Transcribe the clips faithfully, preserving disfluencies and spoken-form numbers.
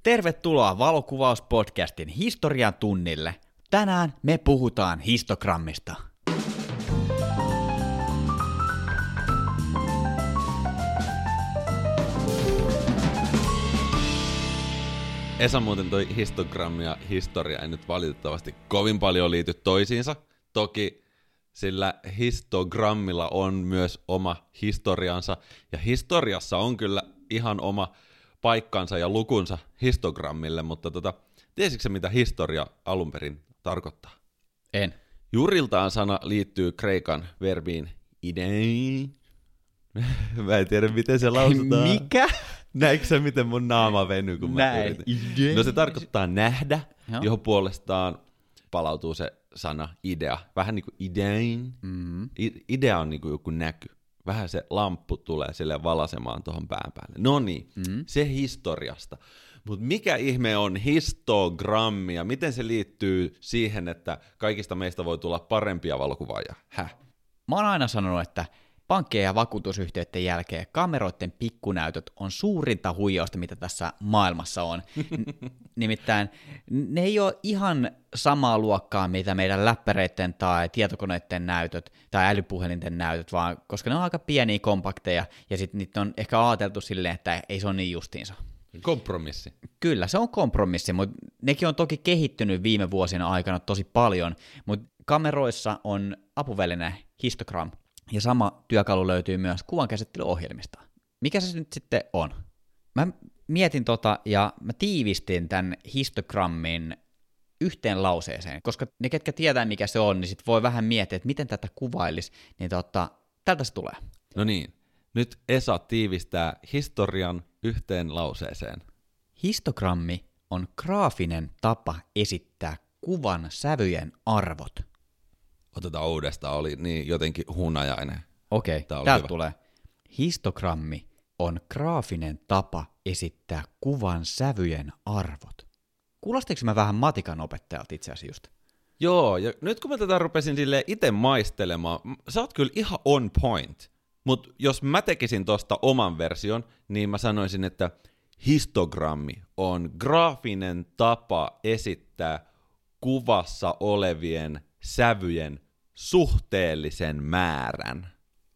Tervetuloa Valokuvauspodcastin historian tunnille. Tänään me puhutaan histogrammista. Esa, muuten toi histogrammi ja historia ei nyt valitettavasti kovin paljon liity toisiinsa. Toki sillä histogrammilla on myös oma historiansa, ja historiassa on kyllä ihan oma paikkansa ja lukunsa histogrammille, mutta tota, tiesitkö sä, mitä historia alun perin tarkoittaa? En. Juuriltaan sana liittyy kreikan verbiin idei. Mä en tiedä, miten se lausutaan. Mikä? Näikö sä, miten mun naama venyy, kun mä Näin. yritän? No se tarkoittaa nähdä, Joo. johon puolestaan palautuu se sana idea. Vähän niin kuin idein. Mm-hmm. I- idea on niin kuin joku näky. Vähän se lamppu tulee sille valasemaan tuohon pään päälle. No niin, mm-hmm. se historiasta. Mutta mikä ihme on histogrammi ja miten se liittyy siihen, että kaikista meistä voi tulla parempia valokuvaajia? Häh? Mä oon aina sanonut, että pankkien ja vakuutusyhtiöiden jälkeen kameroiden pikkunäytöt on suurinta huijausta, mitä tässä maailmassa on. N- nimittäin ne ei ole ihan samaa luokkaa, mitä meidän läppäreiden tai tietokoneiden näytöt tai älypuhelinten näytöt, vaan koska ne on aika pieniä kompakteja ja sitten niitä on ehkä ajateltu silleen, että ei se ole niin justiinsa. Kompromissi. Kyllä, se on kompromissi, mutta nekin on toki kehittynyt viime vuosina aikana tosi paljon, mutta kameroissa on apuväline histogram, ja sama työkalu löytyy myös kuvankäsittelyohjelmista. Mikä se nyt sitten on? Mä mietin tota, ja mä tiivistin tämän histogrammin yhteen lauseeseen, koska ne, ketkä tietää mikä se on, niin sit voi vähän miettiä, että miten tätä kuvailisi, niin tota, tältä se tulee. No niin, nyt Esa tiivistää historian yhteen lauseeseen. Histogrammi on graafinen tapa esittää kuvan sävyjen arvot. Otetaan uudestaan, oli niin jotenkin hunajainen. Okei, Tää oli täältä hyvä. tulee. Histogrammi on graafinen tapa esittää kuvan sävyjen arvot. Kuulostiinko mä vähän matikan opettajalta itse asiassa just? Joo, ja nyt kun mä tätä rupesin silleen itse maistelemaan, m- sä oot kyllä ihan on point. Mutta jos mä tekisin tosta oman version, niin mä sanoisin, että histogrammi on graafinen tapa esittää kuvassa olevien sävyjen suhteellisen määrän.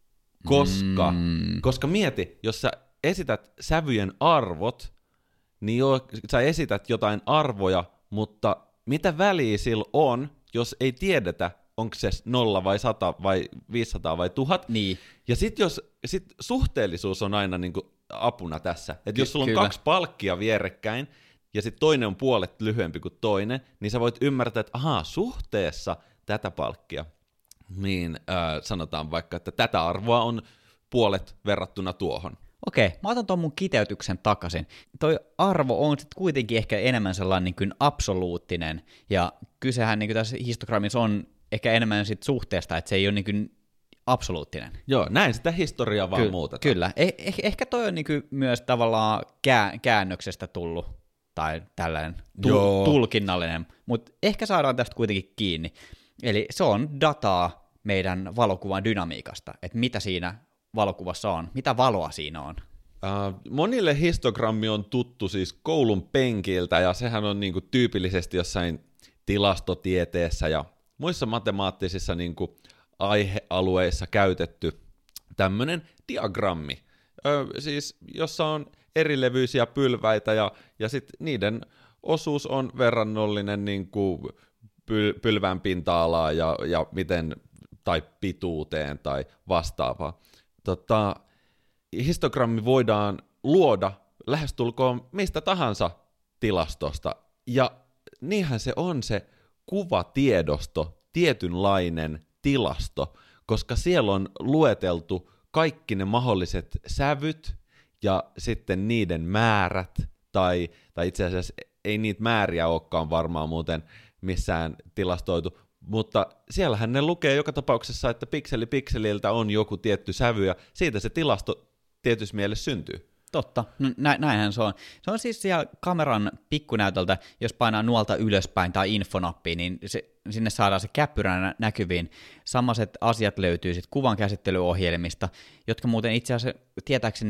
Koska, Mm. koska mieti, jos sä esität sävyjen arvot, niin jo, sä esität jotain arvoja, mutta mitä väliä sillä on, jos ei tiedetä, onko se nolla vai sata vai viisisataa vai tuhat. Niin. Ja sit jos sit suhteellisuus on aina niinku apuna tässä. Että jos sulla on kyllä. kaksi palkkia vierekkäin, ja sit toinen on puolet lyhyempi kuin toinen, niin sä voit ymmärtää, että ahaa, suhteessa tätä palkkia, niin äh, sanotaan vaikka, että tätä arvoa on puolet verrattuna tuohon. Okei, mä otan tuon mun kiteytyksen takaisin. Toi arvo on sitten kuitenkin ehkä enemmän sellainen niin kuin absoluuttinen, ja kysehän niin kuin tässä histogrammissa on ehkä enemmän sit suhteesta, että se ei ole niin kuin absoluuttinen. Joo, näin sitä historiaa vaan Ky- muutetaan. Kyllä. Eh- eh- ehkä toi on niin kuin myös tavallaan kää- käännöksestä tullut, tai tällainen tu- Joo. tulkinnallinen, mutta ehkä saadaan tästä kuitenkin kiinni. Eli se on dataa meidän valokuvan dynamiikasta, että mitä siinä valokuvassa on, mitä valoa siinä on. Uh, monille histogrammi on tuttu siis koulun penkiltä, ja sehän on niinku tyypillisesti jossain tilastotieteessä ja muissa matemaattisissa niinku aihealueissa käytetty tämmöinen diagrammi, Ö, siis jossa on erilevyisiä pylväitä, ja, ja sitten niiden osuus on verrannollinen niinku pyl- pylvän pinta-alaa ja, ja miten, tai pituuteen tai vastaavaa. Tota, histogrammi voidaan luoda lähestulkoon mistä tahansa tilastosta, ja niinhän se on se kuvatiedosto, tietynlainen tilasto, koska siellä on lueteltu kaikki ne mahdolliset sävyt ja sitten niiden määrät, tai, tai itse asiassa ei niitä määriä olekaan varmaan muuten missään tilastoitu, mutta siellähän ne lukee joka tapauksessa, että pikseli pikseliltä on joku tietty sävy, ja siitä se tilasto tietyssä mielessä syntyy. Totta, no, nä- näinhän se on. Se on siis siellä kameran pikkunäytöltä, jos painaa nuolta ylöspäin tai infonappia, niin se, sinne saadaan se käppyränä näkyviin. Samaset asiat löytyy sitten kuvan käsittelyohjelmista, jotka muuten itse asiassa tietääkseni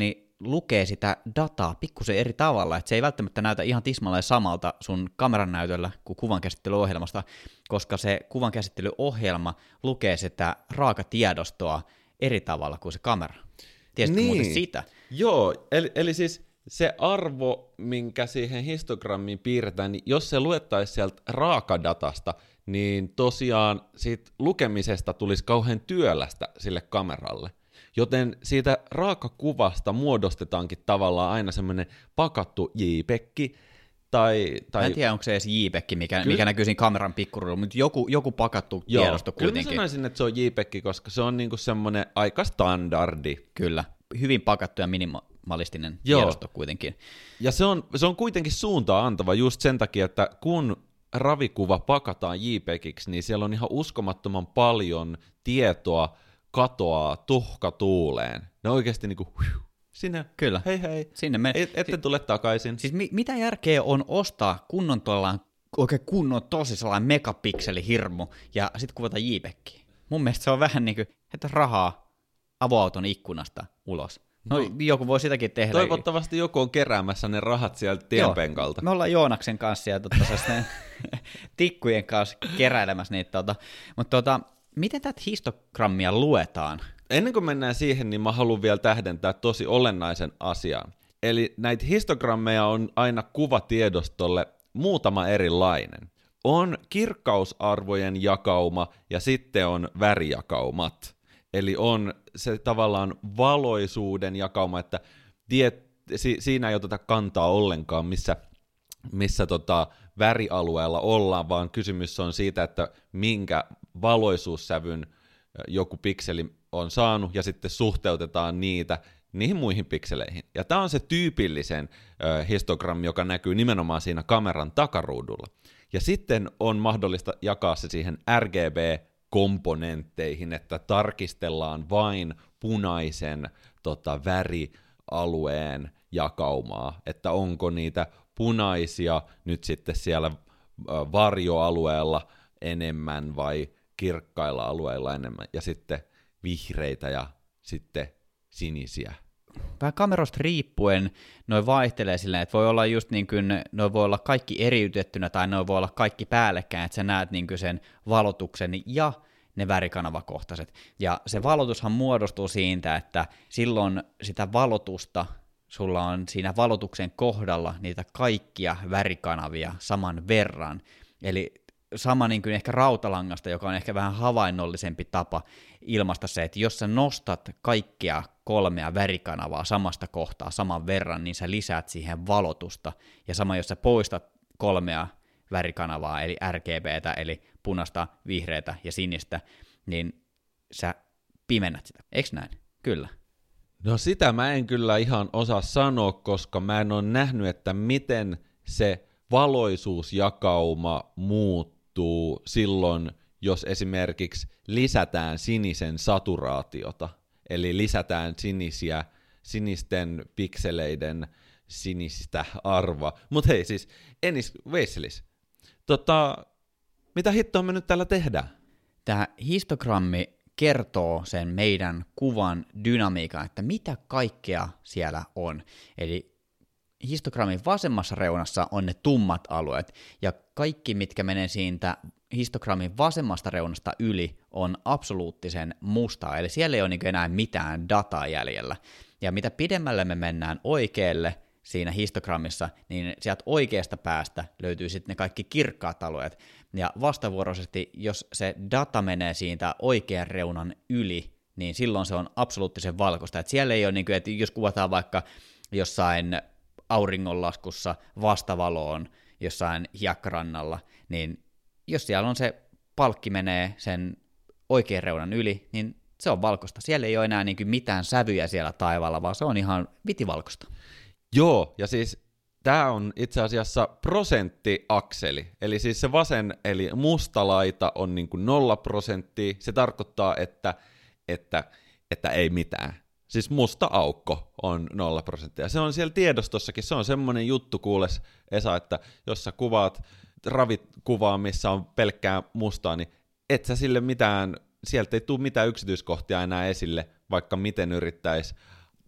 lukee sitä dataa pikkusen eri tavalla, että se ei välttämättä näytä ihan tismalleen samalta sun kameran näytöllä kuin kuvankäsittelyohjelmasta, koska se kuvankäsittelyohjelma lukee sitä raakatiedostoa eri tavalla kuin se kamera. Tiesitkö niin. muuten sitä? Joo, eli, eli siis se arvo, minkä siihen histogrammiin piirretään, niin jos se luettaisiin sieltä raakadatasta, niin tosiaan siitä lukemisesta tulisi kauhean työlästä sille kameralle. Joten siitä raakakuvasta muodostetaankin tavallaan aina semmoinen pakattu JPEG, tai, tai... Mä en tiedä, onko se edes JPEG, mikä, mikä näkyy siinä kameran pikkuruudulla, mutta joku, joku pakattu Joo, tiedosto kuitenkin. Kyllä mä sanoisin, että se on JPEG, koska se on niinku semmoinen aika standardi. Kyllä, hyvin pakattu ja minimalistinen Joo. tiedosto kuitenkin. Ja se on, se on kuitenkin suuntaa antava just sen takia, että kun ravikuva pakataan JPEGiksi, niin siellä on ihan uskomattoman paljon tietoa katoaa tuhkatuuleen. Ne oikeasti niinku... Sinne, Kyllä. hei hei, Sinne me... Et, ette si- tule takaisin. Siis mi- mitä järkeä on ostaa kunnon tuollaan, oikein kunnon tosi sellainen megapikselihirmu ja sitten kuvata JPEGiä? Mun mielestä se on vähän niin kuin, että rahaa avoauton ikkunasta ulos. No, no joku voi sitäkin tehdä. Toivottavasti joku on keräämässä ne rahat sieltä tienpenkalta. Me ollaan Joonaksen kanssa ja totta, tikkujen kanssa keräilemässä niitä. Tota. Mutta tota, miten tätä histogrammia luetaan? Ennen kuin mennään siihen, niin mä haluan vielä tähdentää tosi olennaisen asian. Eli näitä histogrammeja on aina kuvatiedostolle muutama erilainen. On kirkkausarvojen jakauma ja sitten on värijakaumat. Eli on se tavallaan valoisuuden jakauma, että tiet, si, siinä ei oteta kantaa ollenkaan, missä, missä tota värialueella ollaan, vaan kysymys on siitä, että minkä valoisuussävyn joku pikseli on saanut, ja sitten suhteutetaan niitä niihin muihin pikseleihin. Ja tämä on se tyypillisen ö, histogrammi, joka näkyy nimenomaan siinä kameran takaruudulla. Ja sitten on mahdollista jakaa se siihen R G B-komponentteihin, että tarkistellaan vain punaisen tota, värialueen jakaumaa, että onko niitä punaisia nyt sitten siellä ö, varjoalueella enemmän vai kirkkailla alueilla enemmän, ja sitten vihreitä ja sitten sinisiä. Vähän kamerosta riippuen noin vaihtelee silleen, että voi olla just niin kuin, noin voi olla kaikki eriytettynä tai noin voi olla kaikki päällekkäin, että sä näet niin kuin sen valotuksen ja ne värikanavakohtaiset. Ja se valotushan muodostuu siitä, että silloin sitä valotusta, sulla on siinä valotuksen kohdalla niitä kaikkia värikanavia saman verran. Eli sama niin kuin ehkä rautalangasta, joka on ehkä vähän havainnollisempi tapa ilmaista se, että jos sä nostat kaikkia kolmea värikanavaa samasta kohtaa saman verran, niin sä lisäät siihen valotusta. Ja sama, jos sä poistat kolmea värikanavaa, eli R G B:tä, eli punaista, vihreätä ja sinistä, niin sä pimennät sitä. Eiks näin? Kyllä. No sitä mä en kyllä ihan osaa sanoa, koska mä en ole nähnyt, että miten se valoisuusjakauma muuttuu silloin, jos esimerkiksi lisätään sinisen saturaatiota, eli lisätään sinisiä, sinisten pikseleiden sinistä arvoa. Mutta hei siis, Ennis Veisselis, tota, mitä hittoa me nyt täällä tehdään? Tämä histogrammi kertoo sen meidän kuvan dynamiikan, että mitä kaikkea siellä on. Eli histogrammin vasemmassa reunassa on ne tummat alueet, ja kaikki, mitkä menee siitä histogrammin vasemmasta reunasta yli, on absoluuttisen mustaa, eli siellä ei ole niin enää mitään dataa jäljellä. Ja mitä pidemmälle me mennään oikealle siinä histogrammissa, niin sieltä oikeasta päästä löytyy sitten ne kaikki kirkkaat alueet. Ja vastavuoroisesti, jos se data menee siitä oikean reunan yli, niin silloin se on absoluuttisen valkoista. Et siellä ei ole, niin kuin, että jos kuvataan vaikka jossain auringonlaskussa vastavaloon jossain hiekkarannalla, niin jos siellä on se palkki menee sen oikean reunan yli, niin se on valkoista. Siellä ei ole enää niin kuin mitään sävyjä siellä taivaalla, vaan se on ihan vitivalkoista. Joo, ja siis tämä on itse asiassa prosenttiakseli, eli siis se vasen, eli musta laita on niin kuin nolla prosenttia, se tarkoittaa, että, että, että ei mitään. Siis musta aukko on nolla prosenttia. Se on siellä tiedostossakin, se on semmoinen juttu, kuules Esa, että jos sä kuvaat ravikuvaa, missä on pelkkää mustaa, niin et sä sille mitään, sieltä ei tule mitään yksityiskohtia enää esille, vaikka miten yrittäisi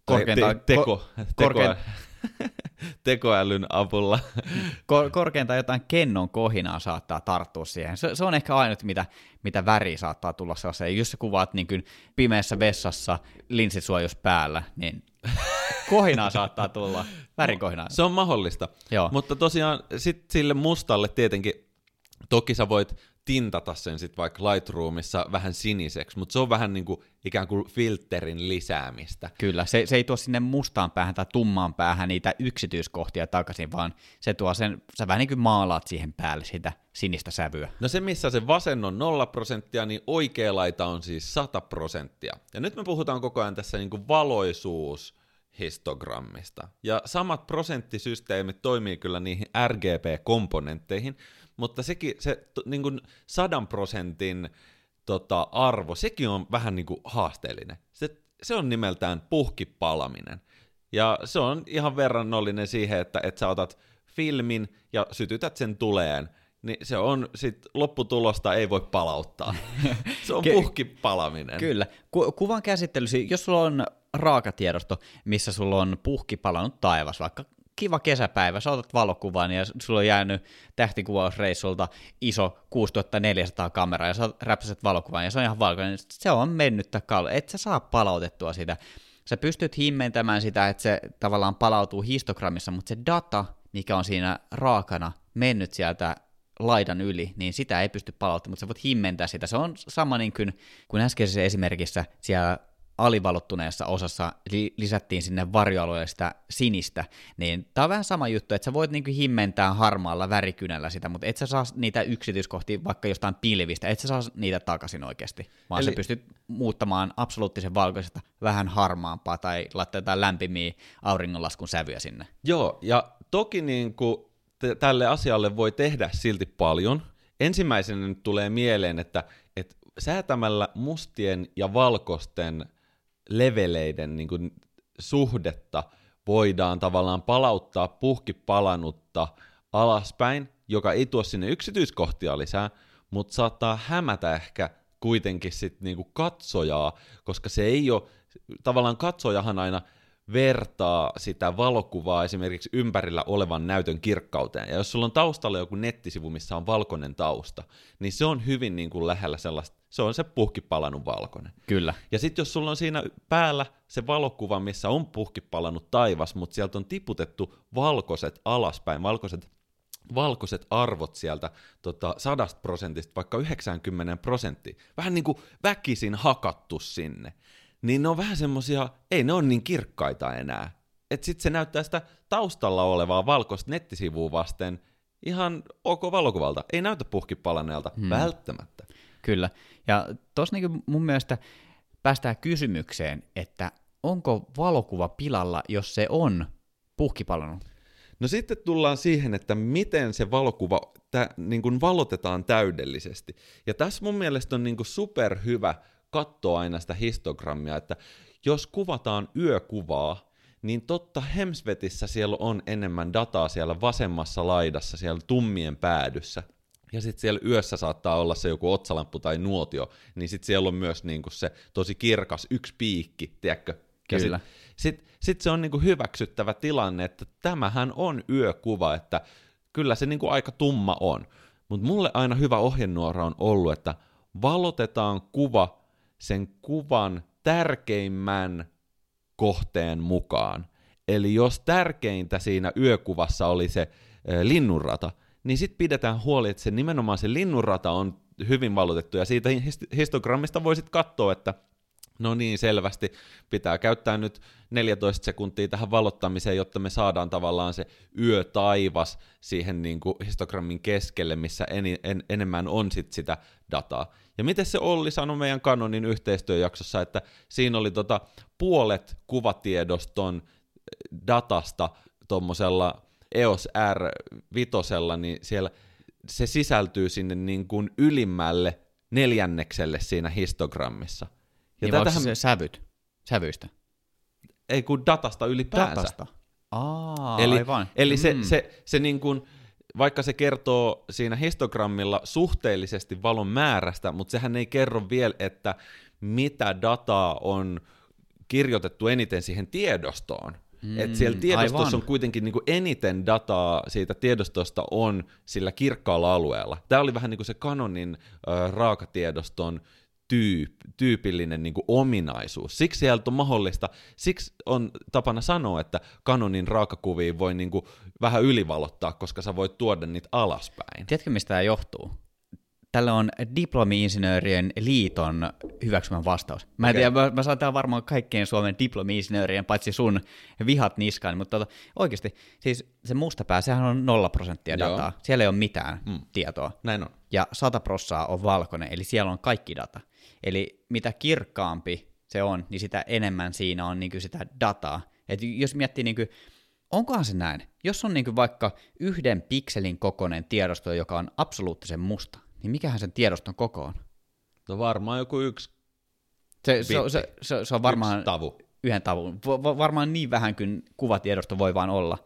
korkeintaan, te- teko, korkein, tekoälyn avulla. Kor- korkeintaan jotain kennon kohinaa saattaa tarttua siihen. Se, se on ehkä ainut, mitä, mitä väri saattaa tulla sellaiseen. Jos sä kuvaat niin kuin pimeässä vessassa linssisuojus päällä, niin kohinaa saattaa tulla, värikohinaa. Se on mahdollista, Joo. Mutta tosiaan sit sille mustalle tietenkin, toki sä voit tintata sen sit vaikka Lightroomissa vähän siniseksi, mutta se on vähän niin kuin ikään kuin filterin lisäämistä. Kyllä, se, se ei tuo sinne mustaan päähän tai tummaan päähän niitä yksityiskohtia takaisin, vaan se tuo sen, sä vähän niin kuin maalaat siihen päälle sitä sinistä sävyä. No se, missä se vasen on nolla prosenttia, niin oikea laita on siis sata prosenttia. Ja nyt me puhutaan koko ajan tässä niin kuin valoisuushistogrammista. Ja samat prosenttisysteemit toimii kyllä niihin R G B-komponentteihin, mutta sekin, se niin kuin sadan prosentin tota, arvo, sekin on vähän niin kuin haasteellinen. Se, se on nimeltään puhkipalaminen. Ja se on ihan verrannollinen siihen, että, että sä otat filmin ja sytytät sen tuleen, niin se on sit lopputulosta ei voi palauttaa. Se on puhkipalaminen. Kyllä. Ku- kuvan käsittelysi, jos sulla on raakatiedosto, missä sulla on puhki palannut taivas, vaikka kiva kesäpäivä, sä otat valokuvan ja sulla on jäänyt tähtikuvausreissulta iso kuusituhattaneljäsataa kamera ja sä räpsäset valokuvan ja se on ihan valkoinen, niin se on mennyttä kallo, et sä saa palautettua sitä. Sä pystyt himmentämään sitä, että se tavallaan palautuu histogrammissa, mutta se data, mikä on siinä raakana mennyt sieltä laidan yli, niin sitä ei pysty palauttamaan, mutta sä voit himmentää sitä. Se on sama niin kuin, kuin äskeisessä esimerkissä siellä alivalottuneessa osassa li- lisättiin sinne varjoalueelle sitä sinistä, niin tää on vähän sama juttu, että sä voit niinku himmentää harmaalla värikynällä sitä, mutta et sä saa niitä yksityiskohtia vaikka jostain pilvistä, et sä saa niitä takaisin oikeasti, vaan Eli... sä pystyt muuttamaan absoluuttisen valkoisesta vähän harmaampaa tai laittaa jotain lämpimiä auringonlaskun sävyjä sinne. Joo, ja toki niinku t- tälle asialle voi tehdä silti paljon. Ensimmäisenä nyt tulee mieleen, että et säätämällä mustien ja valkoisten leveleiden niin kuin suhdetta voidaan tavallaan palauttaa puhkipalanutta alaspäin, joka ei tuo sinne yksityiskohtia lisää, mutta saattaa hämätä ehkä kuitenkin sit niin kuin katsojaa, koska se ei ole, tavallaan katsojahan aina vertaa sitä valokuvaa esimerkiksi ympärillä olevan näytön kirkkauteen. Ja jos sulla on taustalla joku nettisivu, missä on valkoinen tausta, niin se on hyvin niin kuin lähellä sellaista, se on se puhkipalanut valkoinen. Kyllä. Ja sitten jos sulla on siinä päällä se valokuva, missä on puhkipalanut taivas, mutta sieltä on tiputettu valkoiset alaspäin, valkoiset, valkoiset arvot sieltä tota, sadasta prosentista vaikka yhdeksänkymmentä prosenttia, vähän niin kuin väkisin hakattu sinne, niin ne on vähän semmosia, ei ne on niin kirkkaita enää. Että sit se näyttää sitä taustalla olevaa valkoista nettisivua vasten ihan ok valokuvalta. Ei näytä puhkipalaneelta hmm. välttämättä. Kyllä. Ja tossa niinku mun mielestä päästään kysymykseen, että onko valokuva pilalla, jos se on puhkipalannut? No sitten tullaan siihen, että miten se valokuva tä, niin kuin valotetaan täydellisesti. Ja tässä mun mielestä on niin kuin superhyvä katsoa aina sitä histogrammia, että jos kuvataan yökuvaa, niin totta hemsvetissä siellä on enemmän dataa siellä vasemmassa laidassa, siellä tummien päädyssä. Ja sitten siellä yössä saattaa olla se joku otsalamppu tai nuotio, niin sitten siellä on myös niinku se tosi kirkas yksi piikki, tiedätkö? Kyllä. Sitten sit se on niinku hyväksyttävä tilanne, että tämähän on yökuva, että kyllä se niinku aika tumma on. Mutta mulle aina hyvä ohjenuora on ollut, että valotetaan kuva sen kuvan tärkeimmän kohteen mukaan. Eli jos tärkeintä siinä yökuvassa oli se e, linnunrata, niin sitten pidetään huoli, että se nimenomaan se linnunrata on hyvin valotettu, ja siitä histogrammista voisit katsoa, että no niin, selvästi pitää käyttää nyt neljätoista sekuntia tähän valottamiseen, jotta me saadaan tavallaan se yötaivas siihen niin kuin histogrammin keskelle, missä en, en, enemmän on sit sitä dataa. Ja miten se Olli sanoi meidän Canonin yhteistyöjaksossa, että siinä oli tota puolet kuvatiedoston datasta tuommoisella E O S R viisi, niin siellä se sisältyy sinne niin kuin ylimmälle neljännekselle siinä histogrammissa. Ja niin tätähän... se sävyt, sävyistä? Ei kun datasta ylipäänsä. Datasta? Aa, eli aivan. Eli mm. se, se, se niin kuin, vaikka se kertoo siinä histogrammilla suhteellisesti valon määrästä, mutta sehän ei kerro vielä, että mitä dataa on kirjoitettu eniten siihen tiedostoon. Mm, että siellä tiedostossa aivan. on kuitenkin niin kuin eniten dataa siitä tiedostosta on sillä kirkkaalla alueella. Tämä oli vähän niin kuin se Canonin äh, raakatiedoston tyyp, tyypillinen niin kuin ominaisuus. Siksi sieltä on mahdollista, siksi on tapana sanoa, että Canonin raakakuviin voi niin kuin vähän ylivalottaa, koska sä voit tuoda niitä alaspäin. Tiedätkö, mistä tämä johtuu? Tällä on Diplomi-insinöörien liiton hyväksymän vastaus. Mä en okay. tiedä, mä, mä saan täällä varmaan kaikkien Suomen diplomi-insinöörien, paitsi sun vihat niskaan, mutta tota, oikeasti, siis se mustapää, sehän on nolla prosenttia dataa. Joo. Siellä ei ole mitään mm. tietoa. Näin on. Ja sata prosenttia on valkoinen, eli siellä on kaikki data. Eli mitä kirkkaampi se on, niin sitä enemmän siinä on niin sitä dataa. Et jos miettii, niin kuin, onkohan se näin? Jos on niin vaikka yhden pikselin kokoinen tiedosto, joka on absoluuttisen musta, niin mikähän sen tiedoston koko on? No varmaan joku yksi se, se, se, se, se on varmaan tavu. Yhden tavun. Va- varmaan niin vähän kuin kuvatiedosto voi vaan olla.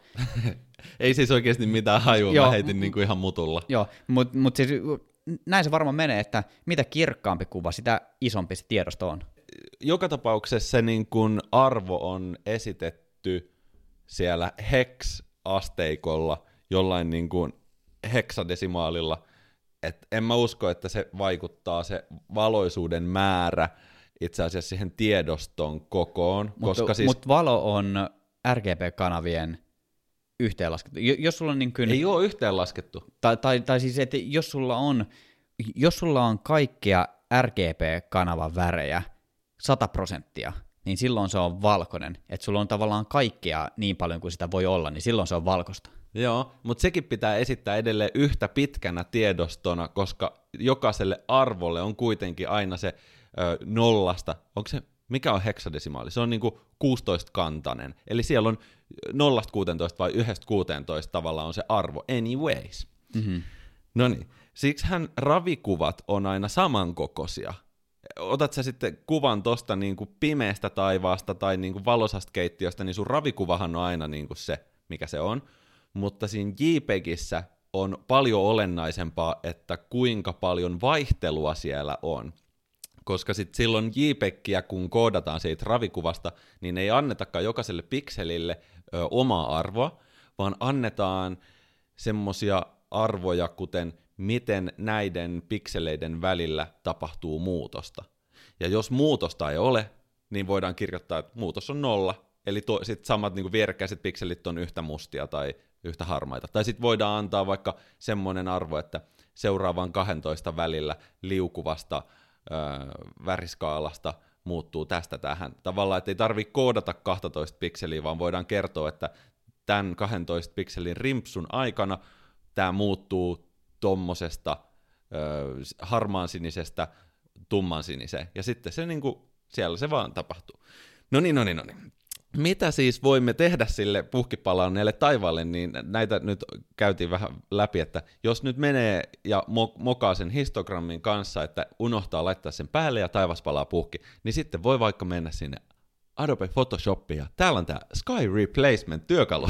Ei siis oikeasti mitään hajua, mä heitin niin kuin ihan mutulla. Joo, mutta mut siis näin se varmaan menee, että mitä kirkkaampi kuva, sitä isompi se tiedosto on. Joka tapauksessa se niin kuin arvo on esitetty siellä hex-asteikolla, jollain niin kuin heksadesimaalilla. Et en mä usko, että se vaikuttaa se valoisuuden määrä itse asiassa siihen tiedoston kokoon. Mutta koska siis... mut valo on R G B-kanavien yhteenlaskettu. Jos sulla on niin kuin... Ei ole yhteenlaskettu. Tai, tai, tai siis, että jos sulla on, jos sulla on kaikkea R G B-kanavan värejä sata prosenttia, niin silloin se on valkoinen. Että sulla on tavallaan kaikkea niin paljon kuin sitä voi olla, niin silloin se on valkoista. Joo, mutta sekin pitää esittää edelleen yhtä pitkänä tiedostona, koska jokaiselle arvolle on kuitenkin aina se ö, nollasta, onko se, mikä on heksadesimaali? Se on niinku kuusitoista-kantainen, eli siellä on nollasta kuuteentoista vai yhdestä kuuteentoista tavallaan on se arvo anyways. Mm-hmm. No niin, siksihän ravikuvat on aina samankokoisia. Otat sä sitten kuvan tosta niinku pimeästä taivaasta tai niinku valosasta keittiöstä, niin sun ravikuvahan on aina niinku se, mikä se on. Mutta siinä JPEGissä on paljon olennaisempaa, että kuinka paljon vaihtelua siellä on. Koska sitten silloin JPEGiä, kun koodataan siitä ravikuvasta, niin ei annetakaan jokaiselle pikselille ö, omaa arvoa, vaan annetaan semmosia arvoja, kuten miten näiden pikseleiden välillä tapahtuu muutosta. Ja jos muutosta ei ole, niin voidaan kirjoittaa, että muutos on nolla, eli to, sit samat niin kuin vierekkäiset pikselit on yhtä mustia tai yhtä harmaita. Tai sitten voidaan antaa vaikka semmoinen arvo, että seuraavan kahdentoista välillä liukuvasta ö, väriskaalasta muuttuu tästä tähän. Tavallaan, että ei tarvitse koodata kaksitoista pikseliä, vaan voidaan kertoa, että tämän kahdentoista pikselin rimpsun aikana tämä muuttuu tommosesta ö, harmaansinisestä tummansiniseen. Ja sitten se niinku, siellä se vaan tapahtuu. No niin, no niin, no niin. Mitä siis voimme tehdä sille puhkipalanneelle taivaalle, niin näitä nyt käytiin vähän läpi, että jos nyt menee ja mokaa sen histogrammin kanssa, että unohtaa laittaa sen päälle ja taivas palaa puhki, niin sitten voi vaikka mennä sinne Adobe Photoshopiin ja täällä on tää Sky Replacement työkalu.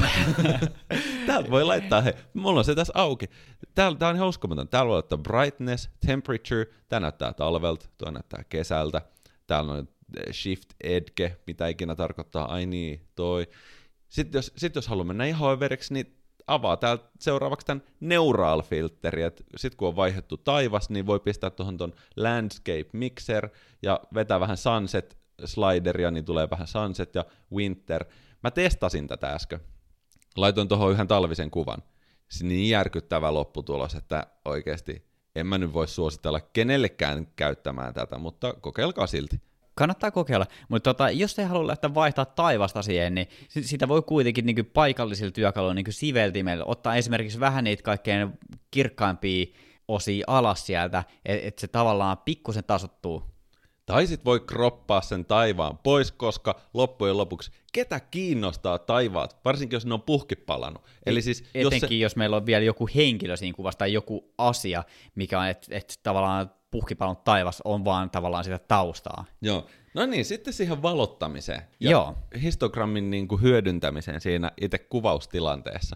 Täältä voi laittaa, hei, mulla on se tässä auki. Täällä, tää on ihan uskomaton. Täällä voi laittaa brightness, temperature, tää näyttää talvelta, tuo näyttää kesältä, täällä on shift edge, mitä ikinä tarkoittaa, ai niin, toi. Sitten jos, sit jos haluaa mennä ihan överiksi, niin avaa täältä seuraavaksi tämän neural filteri, että sitten kun on vaihdettu taivas, niin voi pistää tuohon ton landscape mixer ja vetää vähän sunset slideria, niin tulee vähän sunset ja winter. Mä testasin tätä äsken. Laitoin tuohon yhden talvisen kuvan. Se niin järkyttävä lopputulos, että oikeasti en mä nyt voi suositella kenellekään käyttämään tätä, mutta kokeilkaa silti. Kannattaa kokeilla, mutta tota, jos ei halua lähteä vaihtaa taivasta siihen, niin sitä voi kuitenkin niin kuin paikallisilla työkaluilla niin kuin siveltimellä ottaa esimerkiksi vähän niitä kaikkein kirkkaimpia osia alas sieltä, että et se tavallaan pikkusen tasottuu. Tai sit voi kroppaa sen taivaan pois, koska loppujen lopuksi ketä kiinnostaa taivaat, varsinkin jos ne on puhki palannut. Eli siis, etenkin jos, se... jos meillä on vielä joku henkilö siinä kuvassa tai joku asia, mikä on, että et tavallaan puhkipallon taivas on vaan tavallaan sitä taustaa. Joo. No niin, sitten siihen valottamiseen ja Joo. histogrammin niin kuin hyödyntämiseen siinä itse kuvaustilanteessa.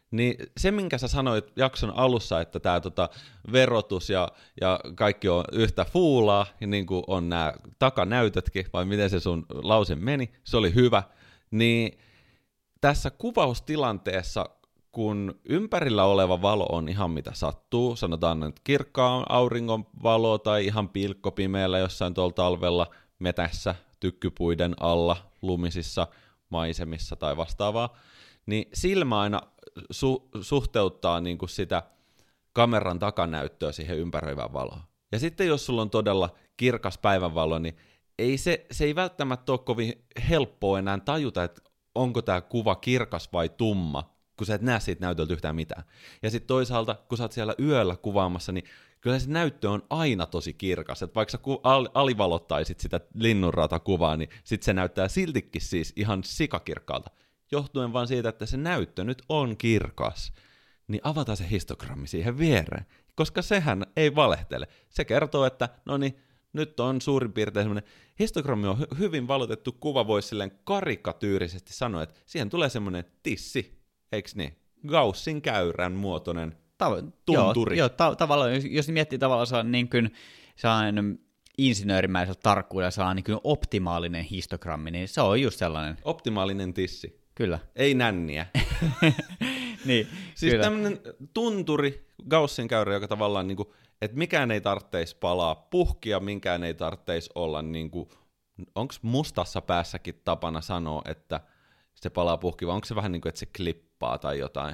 Niin se, minkä sä sanoit jakson alussa, että tämä tota, verotus ja, ja kaikki on yhtä fuulaa, niin kuin on nämä takanäytötkin, vai miten se sun lause meni, se oli hyvä, niin tässä kuvaustilanteessa, kun ympärillä oleva valo on ihan mitä sattuu, sanotaan nyt kirkkaan auringon valo tai ihan pilkkopimeällä jossain tuolla talvella metässä, tykkypuiden alla, lumisissa maisemissa tai vastaavaa, niin silmä aina su- suhteuttaa niin kuin sitä kameran takanäyttöä siihen ympäröivään valoon. Ja sitten jos sulla on todella kirkas päivänvalo, niin ei se, se ei välttämättä ole kovin helppoa enää tajuta, että onko tämä kuva kirkas vai tumma, kun sä et näe siitä näytöltä yhtään mitään. Ja sitten toisaalta, kun sä oot siellä yöllä kuvaamassa, niin kyllä se näyttö on aina tosi kirkas. Että vaikka sä ku- al- alivalottaisit sitä linnunratakuvaa, niin sitten se näyttää siltikin siis ihan sikakirkkaalta. Johtuen vaan siitä, että se näyttö nyt on kirkas. Niin avataan se histogrammi siihen viereen, koska sehän ei valehtele. Se kertoo, että no niin, nyt on suurin piirtein semmoinen, histogrammi on hy- hyvin valotettu kuva, voisi silleen karikatyyrisesti sanoa, että siihen tulee semmoinen tissi, eiks niin? Gaussin käyrän muotoinen Tav- tunturi. Joo, joo ta- tavallaan, jos, jos miettii tavallaan saa niin kuin sellainen insinöörimäisellä tarkkuudella saa niin kuin optimaalinen histogrammi, niin se on just sellainen. Optimaalinen tissi. Kyllä. Ei nänniä. Niin, siis kyllä. tämmöinen tunturi, Gaussin käyrä, joka tavallaan, niin kuin, että mikään ei tarvitse palaa puhkia, minkään ei tarvitse olla, niin kuin, onko mustassa päässäkin tapana sanoa, että se palaa puhki, vai onko se vähän niin kuin, että se klippaa tai jotain?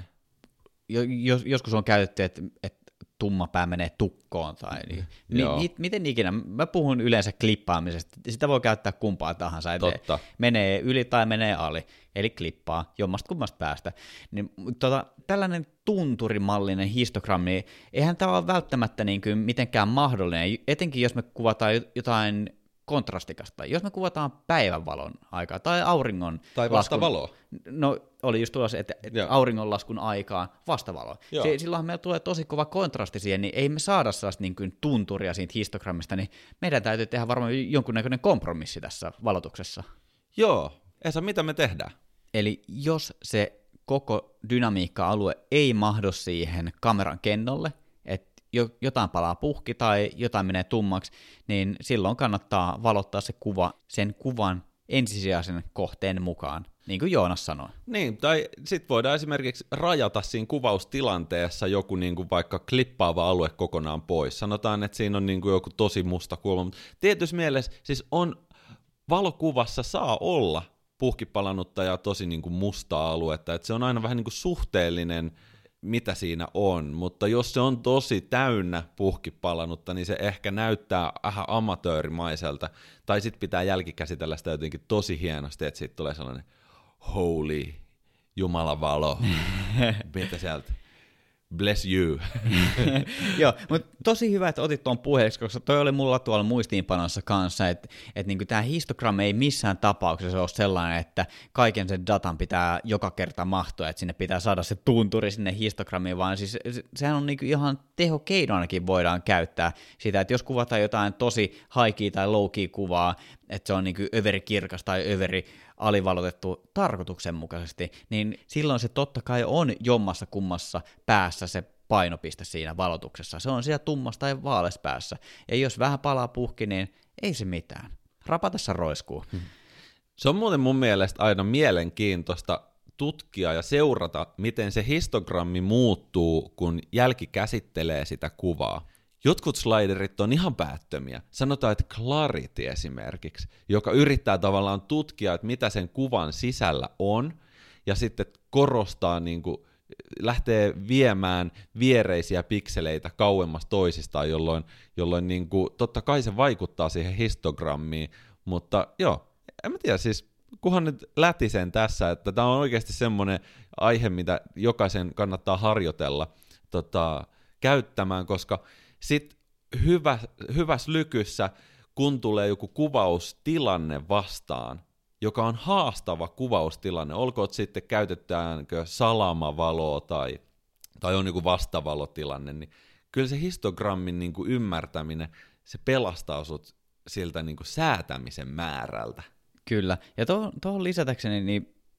Jos, joskus on käytetty, että, että tumma pää menee tukkoon, tai niin. Mi, mi, miten ikinä, mä puhun yleensä klippaamisesta, sitä voi käyttää kumpaa tahansa, että menee yli tai menee ali, eli klippaa jommasta kummasta päästä. Niin, tota, tällainen tunturimallinen histogrammi, eihän tämä ole välttämättä niin kuin mitenkään mahdollinen, etenkin jos me kuvataan jotain kontrastikasta. Jos me kuvataan päivänvalon aikaa tai auringon tai vastavaloa. No oli just tulossa, että auringonlaskun aikaan vastavaloa. Se, silloinhan meillä tulee tosi kova kontrasti siihen, niin ei me saada sellaista niin kuin tunturia siitä histogrammista, niin meidän täytyy tehdä varmaan jonkunnäköinen kompromissi tässä valotuksessa. Joo, Esa, mitä me tehdään? Eli jos se koko dynamiikka-alue ei mahdu siihen kameran kennolle, että jotain palaa puhki tai jotain menee tummaksi, niin silloin kannattaa valottaa se kuva sen kuvan ensisijaisen kohteen mukaan, niin kuin Joonas sanoi. Niin, tai sitten voidaan esimerkiksi rajata siinä kuvaustilanteessa joku niin kuin vaikka klippaava alue kokonaan pois. Sanotaan, että siinä on niin kuin joku tosi musta kulma, mutta tietyssä mielessä siis on, valokuvassa saa olla puhkipalannutta ja tosi niin kuin mustaa aluetta, että se on aina vähän niin kuin suhteellinen, mitä siinä on, mutta jos se on tosi täynnä puhkipalannutta, niin se ehkä näyttää vähän amatöörimaiselta, tai sitten pitää jälkikäsitellä sitä jotenkin tosi hienosti, että siitä tulee sellainen holy, jumalavalo, mitä sieltä, bless you. Joo, mutta tosi hyvä, että otit tuon puheeksi, koska toi oli mulla tuolla muistiinpanossa kanssa, että, että niinku tämä histogrammi ei missään tapauksessa ole sellainen, että kaiken sen datan pitää joka kerta mahtua, että sinne pitää saada se tunturi sinne histogrammiin, vaan siis sehän on niinku ihan tehokeinonnakin voidaan käyttää sitä, että jos kuvataan jotain tosi high-key tai low-key kuvaa, että se on niinku överikirkas tai överi alivalotettu tarkoituksenmukaisesti, niin silloin se totta kai on jommassa kummassa päässä se painopiste siinä valotuksessa. Se on siellä tummassa tai vaaleassa päässä. Ja jos vähän palaa puhki, niin ei se mitään. Rapatessa roiskuu. Hmm. Se on muuten mun mielestä aina mielenkiintoista tutkia ja seurata, miten se histogrammi muuttuu, kun jälki käsittelee sitä kuvaa. Jotkut sliderit on ihan päättömiä. Sanotaan, että Clarity esimerkiksi, joka yrittää tavallaan tutkia, että mitä sen kuvan sisällä on, ja sitten korostaa, niin kuin, lähtee viemään viereisiä pikseleitä kauemmas toisistaan, jolloin, jolloin niin kuin, totta kai se vaikuttaa siihen histogrammiin, mutta joo, en mä tiedä, siis kunhan nyt lätisen tässä, että tämä on oikeasti semmoinen aihe, mitä jokaisen kannattaa harjoitella tota, käyttämään, koska sitten hyvä, hyvässä lykyssä, kun tulee joku kuvaustilanne vastaan, joka on haastava kuvaustilanne, olkoon sitten käytetäänkö salamavaloa tai, tai on joku vastavalotilanne, niin kyllä se histogrammin niin kuin ymmärtäminen, se pelastaa sut siltä niin kuin säätämisen määrältä. Kyllä, ja tuohon, tuohon lisätäkseni, niin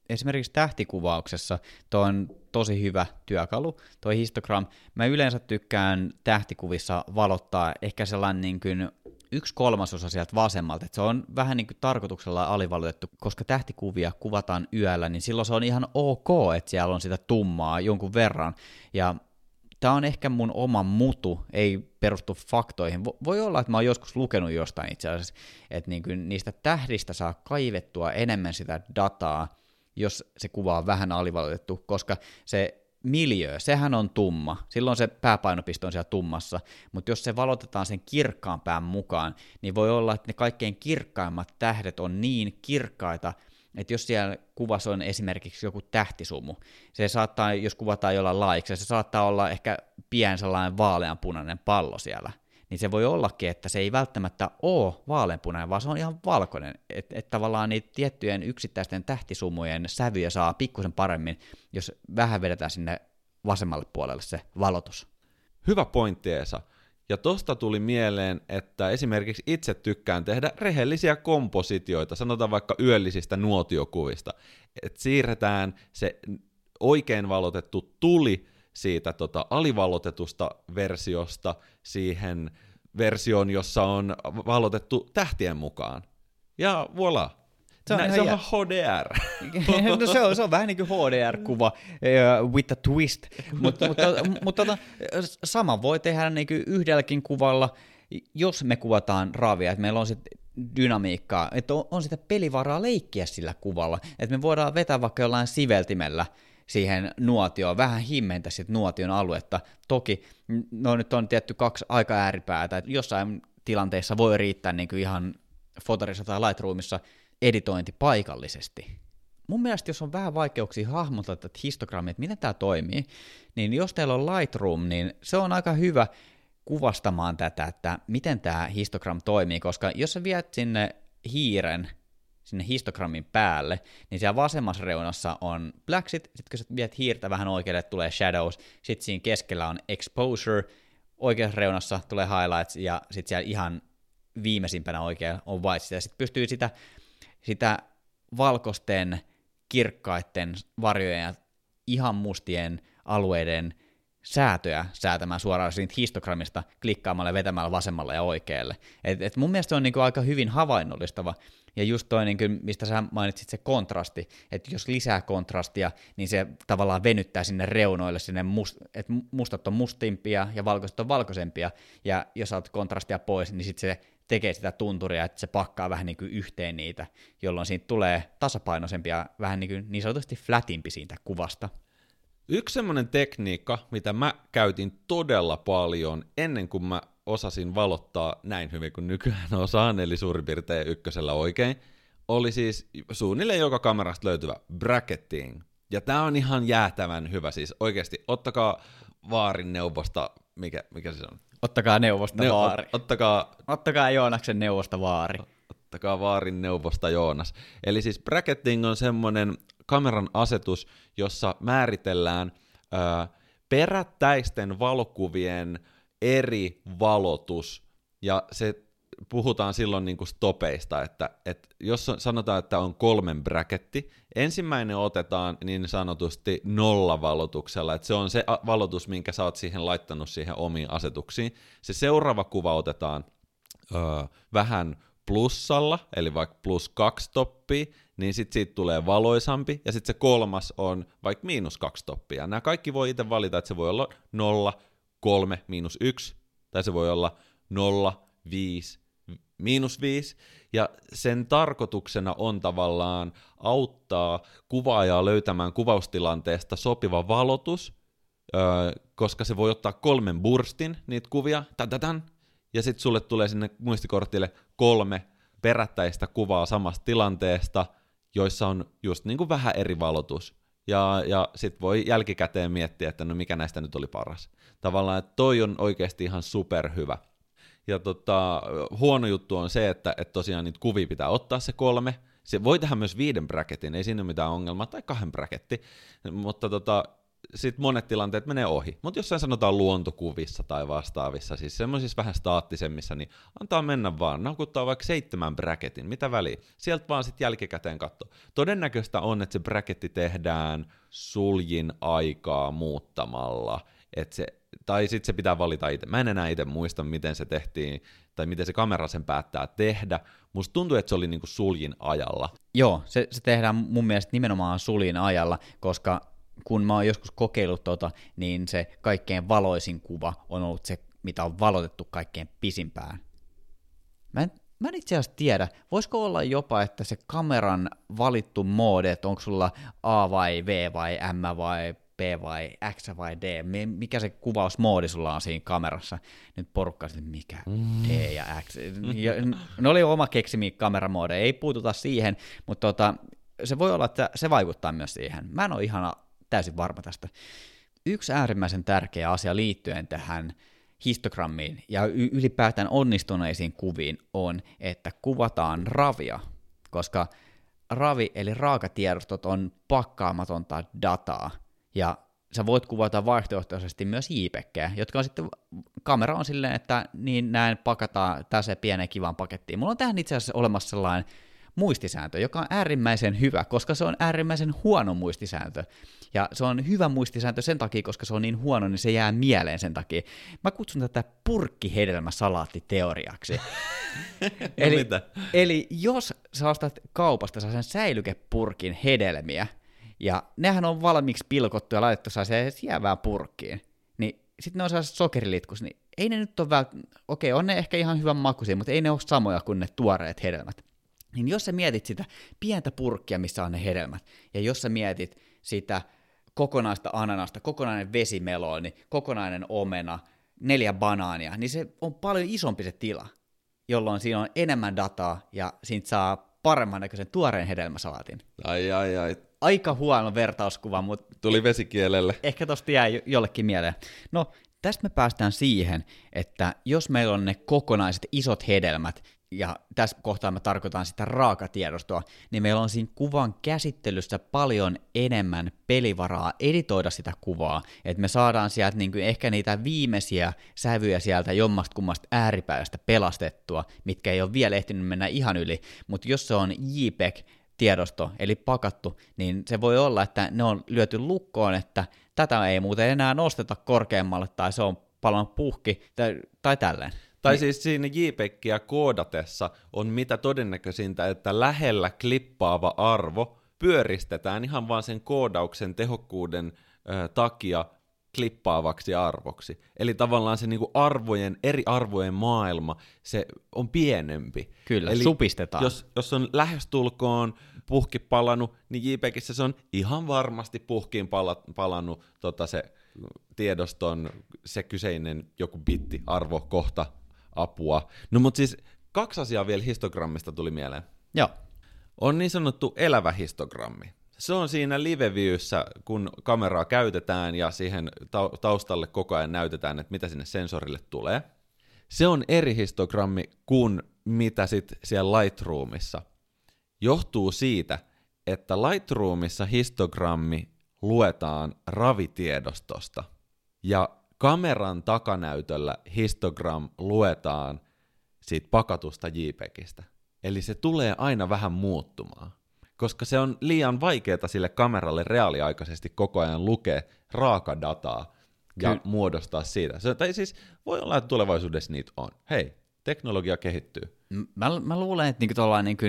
esimerkiksi tähtikuvauksessa toi on tosi hyvä työkalu, toi histogram. Mä yleensä tykkään tähtikuvissa valottaa ehkä sellainen niin kuin yksi kolmasosa sieltä vasemmalta, että se on vähän niin kuin tarkoituksella alivalotettu, koska tähtikuvia kuvataan yöllä, niin silloin se on ihan ok, että siellä on sitä tummaa jonkun verran, ja tämä on ehkä mun oma mutu, ei perustu faktoihin. Voi olla, että mä oon joskus lukenut jostain itse asiassa, että niin kuin niistä tähdistä saa kaivettua enemmän sitä dataa, jos se kuva on vähän alivalotettu, koska se miljöö, sehän on tumma, silloin se pääpainopiste on siellä tummassa, mutta jos se valotetaan sen kirkkaan pään mukaan, niin voi olla, että ne kaikkein kirkkaimmat tähdet on niin kirkkaita, että jos siellä kuvassa on esimerkiksi joku tähtisumu, se saattaa, jos kuvataan jollain laiksella, se saattaa olla ehkä pien sellainen vaaleanpunainen pallo siellä, niin se voi ollakin, että se ei välttämättä ole vaaleanpunainen, vaan se on ihan valkoinen, että et tavallaan niitä tiettyjen yksittäisten tähtisumujen sävyjä saa pikkusen paremmin, jos vähän vedetään sinne vasemmalle puolelle se valotus. Hyvä pointti, Esa. Ja tosta tuli mieleen, että esimerkiksi itse tykkään tehdä rehellisiä kompositioita, sanotaan vaikka yöllisistä nuotiokuvista, että siirretään se oikein valotettu tuli siitä tota, alivalotetusta versiosta siihen versioon, jossa on valotettu tähtien mukaan. Ja voilà. Se on, Nä, se on H D R. No se on, se on vähän niin kuin H D R-kuva uh, with a twist, mutta, mutta, mutta tota, sama voi tehdä niin kuin yhdelläkin kuvalla, jos me kuvataan raavia, että meillä on sitten dynamiikkaa, että on, on sitä pelivaraa leikkiä sillä kuvalla, että me voidaan vetää vaikka jollain siveltimellä siihen nuotioon, vähän himmentä sit nuotion aluetta. Toki no nyt on tietty kaksi aika ääripäätä, että jossain tilanteessa voi riittää niin kuin ihan Photorissa tai Lightroomissa editointi paikallisesti. Mun mielestä, jos on vähän vaikeuksia hahmottaa tätä histogramia, että miten tämä toimii, niin jos teillä on Lightroom, niin se on aika hyvä kuvastamaan tätä, että miten tämä histogram toimii, koska jos sä viet sinne hiiren, sinne histogramin päälle, niin siellä vasemmassa reunassa on blacksit, sitten kun sä viet hiirtä vähän oikealle, tulee shadows, sitten siinä keskellä on exposure, oikeassa reunassa tulee highlights, ja sitten siellä ihan viimeisimpänä oikein on whites, ja sitten pystyy sitä, sitä valkoisten, kirkkaiden varjojen ja ihan mustien alueiden säätöjä säätämään suoraan siitä histogramista klikkaamalla ja vetämällä vasemmalle ja oikealle. Et, et mun mielestä se on niinku aika hyvin havainnollistava. Ja just toi, niinku, mistä sä mainitsit se kontrasti, että jos lisää kontrastia, niin se tavallaan venyttää sinne reunoille, sinne must, että mustat on mustimpia ja valkoiset on valkoisempia, ja jos saat kontrastia pois, niin sitten se tekee sitä tunturia, että se pakkaa vähän niin kuin yhteen niitä, jolloin siitä tulee tasapainoisempi ja vähän niin, kuin niin sanotusti flatimpi siitä kuvasta. Yksi semmoinen tekniikka, mitä mä käytin todella paljon ennen kuin mä osasin valottaa näin hyvin kuin nykyään osaan, eli suurin piirtein ykkösellä oikein, oli siis suunnilleen joka kamerasta löytyvä bracketing. Ja tää on ihan jäätävän hyvä, siis oikeasti ottakaa Vaarin neuvosta, mikä, mikä se on? Ottakaa neuvosta ne- Vaari. Ottakaa, ottakaa Joonaksen neuvosta Vaari. Ottakaa Vaarin neuvosta Joonas. Eli siis bracketing on semmoinen kameran asetus, jossa määritellään ää, perättäisten valokuvien eri valotus, ja se puhutaan silloin niin kuin stopeista, että, että jos sanotaan, että on kolmen bracketti, ensimmäinen otetaan niin sanotusti nollavalotuksella, että se on se valotus, minkä sä oot siihen laittanut siihen omiin asetuksiin. Se seuraava kuva otetaan öö, vähän plussalla, eli vaikka plus kaksi toppia, niin sitten siitä tulee valoisampi, ja sitten se kolmas on vaikka miinus kaksi toppia. Nämä kaikki voi itse valita, että se voi olla nolla, kolme, miinus yksi, tai se voi olla nolla, viisi, miinus viisi, ja sen tarkoituksena on tavallaan auttaa kuvaajaa löytämään kuvaustilanteesta sopiva valotus, öö, koska se voi ottaa kolmen burstin niitä kuvia, tän, ja sitten sulle tulee sinne muistikortille kolme perättäistä kuvaa samasta tilanteesta, joissa on just niin kuin vähän eri valotus. Ja, ja sitten voi jälkikäteen miettiä, että no mikä näistä nyt oli paras. Tavallaan, että toi on oikeasti ihan superhyvä. Ja tota, huono juttu on se, että, että tosiaan niitä kuvia pitää ottaa se kolme. Se voi tehdä myös viiden bracketin, ei siinä ole mitään ongelmaa, tai kahden bracketti. Mutta tota, sit monet tilanteet menee ohi. Mutta jossain sanotaan luontokuvissa tai vastaavissa, siis semmoisissa vähän staattisemmissa, niin antaa mennä vaan, nakuttaa vaikka seitsemän bracketin, mitä väliä. Sieltä vaan sitten jälkikäteen katso. Todennäköistä on, että se bracketti tehdään suljin aikaa muuttamalla, että se tai sitten se pitää valita itse. Mä en enää itse muista, miten se tehtiin, tai miten se kamera sen päättää tehdä. Musta tuntuu, että se oli niinku suljin ajalla. Joo, se, se tehdään mun mielestä nimenomaan suljin ajalla, koska kun mä oon joskus kokeillut tota, niin se kaikkein valoisin kuva on ollut se, mitä on valotettu kaikkein pisimpään. Mä en, mä en itse asiassa tiedä, voisiko olla jopa, että se kameran valittu moodi, että onko sulla A vai V vai M vai P vai X vai D, mikä se kuvausmoodi sulla on siinä kamerassa. Nyt porukka sitten, mikä mm. D ja X. Ja, ne oli oma keksimiä kameramoodeja, ei puututa siihen, mutta tota, se voi olla, että se vaikuttaa myös siihen. Mä en ole ihan täysin varma tästä. Yksi äärimmäisen tärkeä asia liittyen tähän histogrammiin ja y- ylipäätään onnistuneisiin kuviin on, että kuvataan ravia, koska ravi eli raakatiedostot on pakkaamatonta dataa, ja sä voit kuvata vaihtoehtoisesti myös JPEGejä, jotka on sitten, kamera on silleen, että niin näin pakataan tässä pienen kivan pakettiin. Mulla on tähän itse asiassa olemassa sellainen muistisääntö, joka on äärimmäisen hyvä, koska se on äärimmäisen huono muistisääntö. Ja se on hyvä muistisääntö sen takia, koska se on niin huono, niin se jää mieleen sen takia. Mä kutsun tätä purkkihedelmäsalaattiteoriaksi. eli, mitä? eli jos sä ostat kaupasta sen säilykepurkin hedelmiä, ja nehän on valmiiksi pilkottu ja laitettu sellaiseen sievään purkkiin, niin sitten ne on sellaiset sokerilitkus, niin ei ne nyt ole välttämättä, okei, on ne ehkä ihan hyvän makuisia, mutta ei ne ole samoja kuin ne tuoreet hedelmät. Niin jos sä mietit sitä pientä purkkia, missä on ne hedelmät, ja jos sä mietit sitä kokonaista ananasta, kokonainen vesimeloni, kokonainen omena, neljä banaania, niin se on paljon isompi se tila, jolloin siinä on enemmän dataa, ja siitä saa paremman näköisen tuoreen hedelmäsalaatin. Ai ai ai. Aika huono vertauskuva, mutta tuli vesikielelle. Ehkä tosta jäi jollekin mieleen. No, tästä me päästään siihen, että jos meillä on ne kokonaiset isot hedelmät, ja tässä kohtaa mä tarkoitan sitä raakatiedostoa, niin meillä on siinä kuvan käsittelyssä paljon enemmän pelivaraa editoida sitä kuvaa, että me saadaan sieltä niin kuin ehkä niitä viimeisiä sävyjä sieltä jommasta kummasta ääripäästä pelastettua, mitkä ei ole vielä ehtinyt mennä ihan yli, mutta jos se on JPEG-tiedosto, eli pakattu, niin se voi olla, että ne on lyöty lukkoon, että tätä ei muuten enää nosteta korkeammalle, tai se on paljon puhki, tai, tai tälleen. Tai niin. Siis siinä JPEGiä koodatessa on mitä todennäköisintä, että lähellä klippaava arvo pyöristetään ihan vaan sen koodauksen tehokkuuden ö, takia klippaavaksi arvoksi. Eli tavallaan se niinku arvojen, eri arvojen maailma, se on pienempi. Kyllä, Eli supistetaan. Jos, jos on lähestulkoon puhki palannut, niin JPEGissä se on ihan varmasti puhkiin pala, palannut tota se tiedoston, se kyseinen joku bitti, arvo, kohta, apua. No mut siis kaksi asiaa vielä histogrammista tuli mieleen. Joo. On niin sanottu elävä histogrammi. Se on siinä live-viewssä, kun kameraa käytetään ja siihen taustalle koko ajan näytetään, että mitä sinne sensorille tulee. Se on eri histogrammi kuin mitä sitten siellä Lightroomissa. Johtuu siitä, että Lightroomissa histogrammi luetaan ravitiedostosta ja kameran takanäytöllä histogram luetaan siitä pakatusta JPEGistä. Eli se tulee aina vähän muuttumaan, koska se on liian vaikeaa sille kameralle reaaliaikaisesti koko ajan lukea raakadataa ja Ky- muodostaa siitä. Se, tai siis voi olla, että tulevaisuudessa niitä on. Hei, teknologia kehittyy. Mä, mä luulen, että niinku tuollain niinku,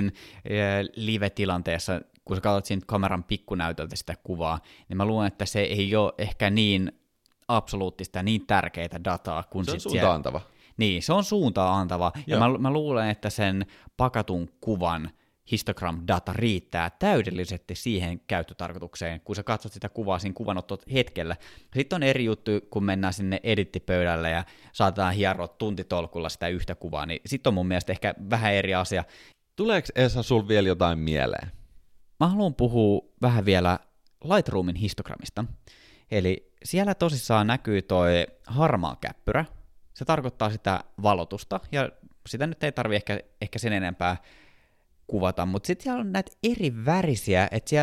live-tilanteessa, kun sä katsot siitä kameran pikkunäytöltä sitä kuvaa, niin mä luulen, että se ei ole ehkä niin absoluuttista ja niin tärkeää dataa. Kun se on sit suuntaantava. Siellä... Niin, se on suuntaa antava. Ja mä, mä luulen, että sen pakatun kuvan histogram-data riittää täydellisesti siihen käyttötarkoitukseen, kun sä katsot sitä kuvaa siinä kuvanottot hetkellä. Sitten on eri juttu, kun mennään sinne edittipöydälle ja saatetaan hieroa tuntitolkulla sitä yhtä kuvaa, niin sitten on mun mielestä ehkä vähän eri asia. Tuleeko Esa sul vielä jotain mieleen? Mä haluan puhua vähän vielä Lightroomin histogramista. Eli siellä tosissaan näkyy toi harmaa käppyrä. Se tarkoittaa sitä valotusta, ja sitä nyt ei tarvi ehkä, ehkä sen enempää kuvata, mutta sitten siellä on näitä eri värisiä, että siellä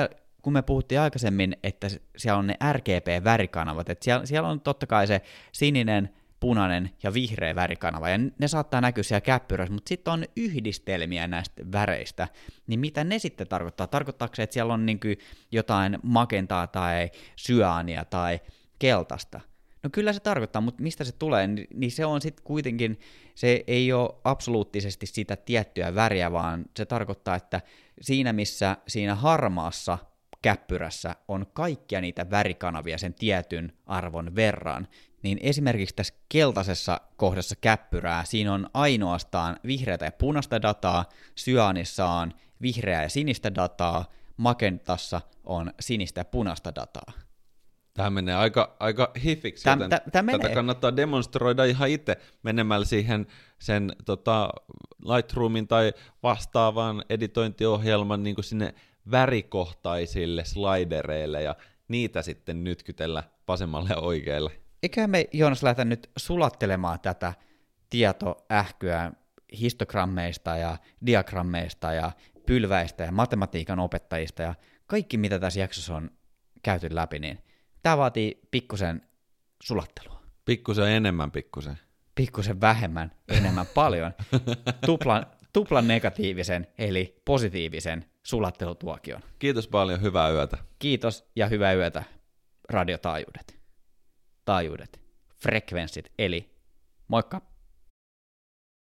kun me puhuttiin aikaisemmin, että siellä on ne R G B-värikanavat, että siellä, siellä on totta kai se sininen, punainen ja vihreä värikanava, ja ne saattaa näkyä siellä käppyrässä, mutta sitten on yhdistelmiä näistä väreistä, niin mitä ne sitten tarkoittaa? Tarkoittaako se, että siellä on niin kuin jotain magentaa tai syaania tai keltaista? No kyllä se tarkoittaa, mutta mistä se tulee, niin se on sitten kuitenkin, se ei ole absoluuttisesti sitä tiettyä väriä, vaan se tarkoittaa, että siinä missä siinä harmaassa käppyrässä on kaikkia niitä värikanavia sen tietyn arvon verran, niin esimerkiksi tässä keltaisessa kohdassa käppyrää siinä on ainoastaan vihreätä ja punaista dataa, syaanissa on vihreää ja sinistä dataa, magentassa on sinistä ja punaista dataa. Tämä menee aika, aika hifiksi, Täm, joten tä, tä menee. tätä kannattaa demonstroida ihan itse menemällä siihen sen tota, Lightroomin tai vastaavan editointiohjelman niin kuin sinne värikohtaisille slidereille ja niitä sitten nytkytellä vasemmalle ja oikealle. Eiköhän me, Joonas, lähdetä nyt sulattelemaan tätä tietoähkyä histogrammeista ja diagrammeista ja pylväistä ja matematiikan opettajista ja kaikki, mitä tässä jaksossa on käyty läpi, niin tämä vaatii pikkusen sulattelua. Pikkusen enemmän pikkusen. Pikkusen vähemmän, enemmän paljon. Tuplan, tuplan negatiivisen, eli positiivisen sulattelutuokion. Kiitos paljon, hyvää yötä. Kiitos ja hyvää yötä, radiotaajuudet. Taajuudet, frekvenssit, eli moikka!